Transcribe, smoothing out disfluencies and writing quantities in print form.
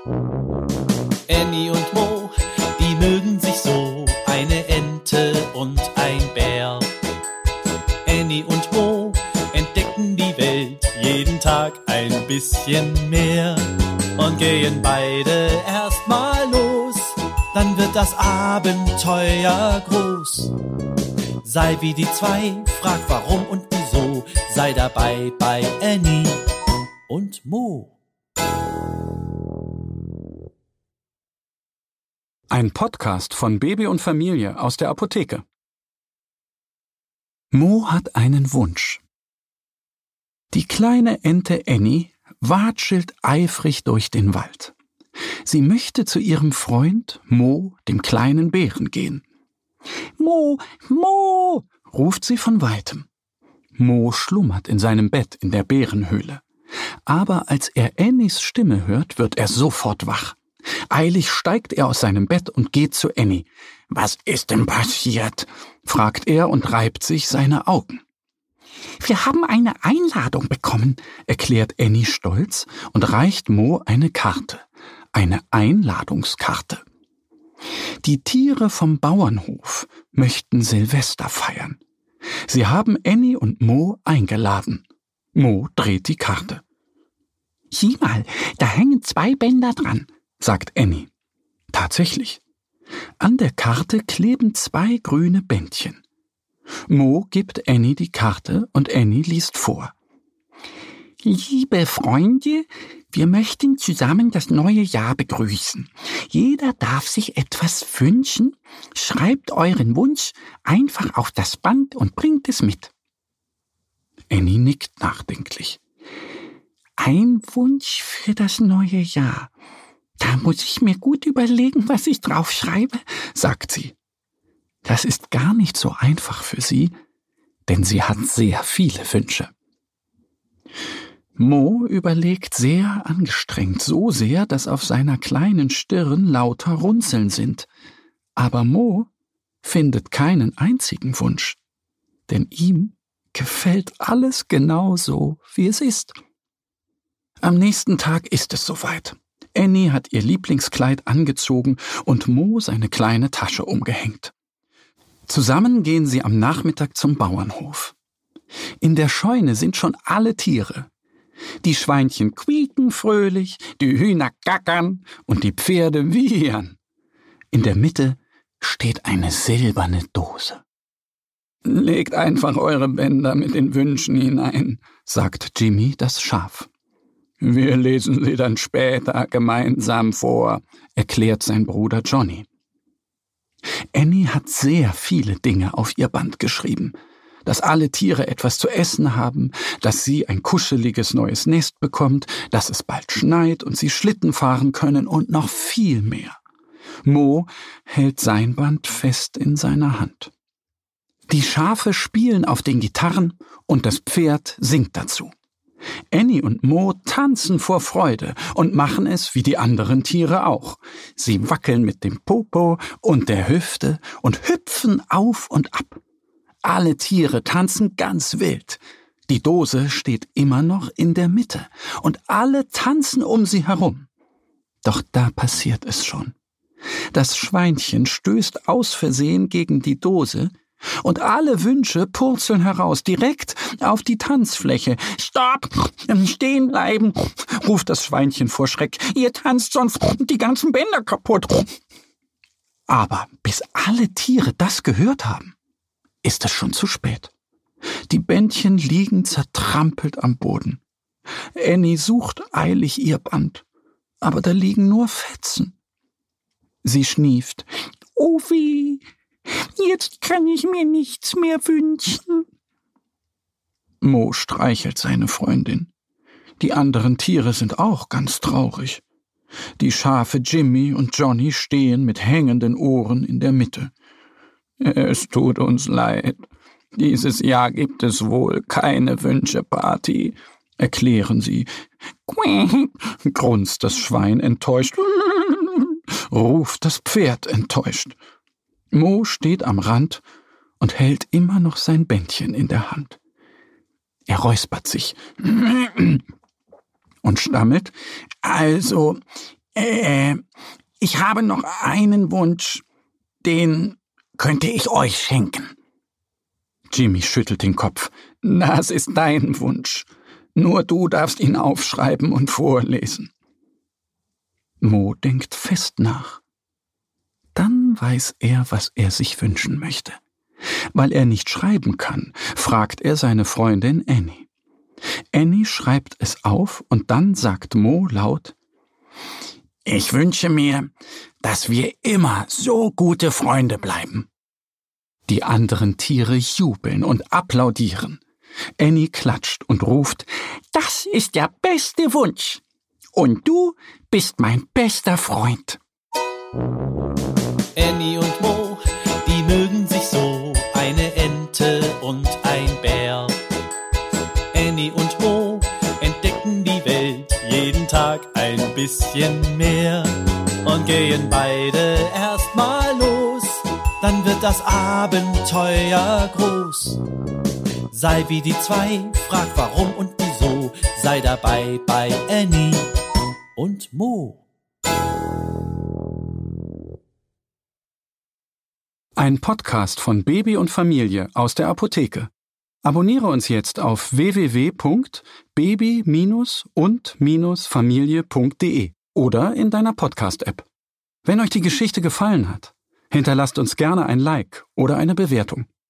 Annie und Mo, die mögen sich so, eine Ente und ein Bär. Annie und Mo entdecken die Welt jeden Tag ein bisschen mehr und gehen beide erstmal los, dann wird das Abenteuer groß. Sei wie die zwei, frag warum und wieso, sei dabei bei Annie und Mo. Ein Podcast von Baby und Familie aus der Apotheke. Mo hat einen Wunsch. Die kleine Ente Annie watschelt eifrig durch den Wald. Sie möchte zu ihrem Freund Mo, dem kleinen Bären, gehen. »Mo, Mo«, ruft sie von weitem. Mo schlummert in seinem Bett in der Bärenhöhle. Aber als er Annies Stimme hört, wird er sofort wach. Eilig steigt er aus seinem Bett und geht zu Annie. »Was ist denn passiert?« fragt er und reibt sich seine Augen. »Wir haben eine Einladung bekommen«, erklärt Annie stolz und reicht Mo eine Karte. Eine Einladungskarte. Die Tiere vom Bauernhof möchten Silvester feiern. Sie haben Annie und Mo eingeladen. Mo dreht die Karte. »Sieh mal, da hängen 2 Bänder dran«, sagt Annie. Tatsächlich. An der Karte kleben 2 grüne Bändchen. Mo gibt Annie die Karte und Annie liest vor. »Liebe Freunde, wir möchten zusammen das neue Jahr begrüßen. Jeder darf sich etwas wünschen. Schreibt euren Wunsch einfach auf das Band und bringt es mit.« Annie nickt nachdenklich. »Ein Wunsch für das neue Jahr. Da muss ich mir gut überlegen, was ich drauf schreibe«, sagt sie. Das ist gar nicht so einfach für sie, denn sie hat sehr viele Wünsche. Mo überlegt sehr angestrengt, so sehr, dass auf seiner kleinen Stirn lauter Runzeln sind. Aber Mo findet keinen einzigen Wunsch, denn ihm gefällt alles genau so, wie es ist. Am nächsten Tag ist es soweit. Annie hat ihr Lieblingskleid angezogen und Mo seine kleine Tasche umgehängt. Zusammen gehen sie am Nachmittag zum Bauernhof. In der Scheune sind schon alle Tiere. Die Schweinchen quieken fröhlich, die Hühner gackern und die Pferde wiehern. In der Mitte steht eine silberne Dose. »Legt einfach eure Bänder mit den Wünschen hinein«, sagt Jimmy, das Schaf. »Wir lesen sie dann später gemeinsam vor«, erklärt sein Bruder Johnny. Annie hat sehr viele Dinge auf ihr Band geschrieben. Dass alle Tiere etwas zu essen haben, dass sie ein kuscheliges neues Nest bekommt, dass es bald schneit und sie Schlitten fahren können und noch viel mehr. Mo hält sein Band fest in seiner Hand. Die Schafe spielen auf den Gitarren und das Pferd singt dazu. Annie und Mo tanzen vor Freude und machen es wie die anderen Tiere auch. Sie wackeln mit dem Popo und der Hüfte und hüpfen auf und ab. Alle Tiere tanzen ganz wild. Die Dose steht immer noch in der Mitte und alle tanzen um sie herum. Doch da passiert es schon. Das Schweinchen stößt aus Versehen gegen die Dose und alle Wünsche purzeln heraus, direkt auf die Tanzfläche. »Stopp! Stehen bleiben!« ruft das Schweinchen vor Schreck. »Ihr tanzt sonst die ganzen Bänder kaputt!« Aber bis alle Tiere das gehört haben, ist es schon zu spät. Die Bändchen liegen zertrampelt am Boden. Annie sucht eilig ihr Band, aber da liegen nur Fetzen. Sie schnieft. »Oh weh, jetzt kann ich mir nichts mehr wünschen.« Mo streichelt seine Freundin. Die anderen Tiere sind auch ganz traurig. Die Schafe Jimmy und Johnny stehen mit hängenden Ohren in der Mitte. »Es tut uns leid. Dieses Jahr gibt es wohl keine Wünscheparty«, erklären sie. »Quäk«, grunzt das Schwein enttäuscht. Ruft das Pferd enttäuscht. Mo steht am Rand und hält immer noch sein Bändchen in der Hand. Er räuspert sich und stammelt. »Also, Ich habe noch einen Wunsch, den könnte ich euch schenken. Jimmy schüttelt den Kopf. Das ist dein Wunsch. Nur du darfst ihn aufschreiben und vorlesen. Mo denkt fest nach. Dann weiß er, was er sich wünschen möchte. Weil er nicht schreiben kann, fragt er seine Freundin Annie. Annie schreibt es auf und dann sagt Mo laut: Ich wünsche mir, dass wir immer so gute Freunde bleiben. Die anderen Tiere jubeln und applaudieren. Annie klatscht und ruft: Das ist der beste Wunsch. Und du bist mein bester Freund. Annie und Mo, die mögen sich so, eine Ente und ein Bär. Annie und Mo entdecken die Welt jeden Tag ein bisschen mehr und gehen beide erstmal los, dann wird das Abenteuer groß. Sei wie die zwei, frag warum und wieso, sei dabei bei Annie und Mo. Ein Podcast von Baby und Familie aus der Apotheke. Abonniere uns jetzt auf www.baby-und-familie.de oder in deiner Podcast-App. Wenn euch die Geschichte gefallen hat, hinterlasst uns gerne ein Like oder eine Bewertung.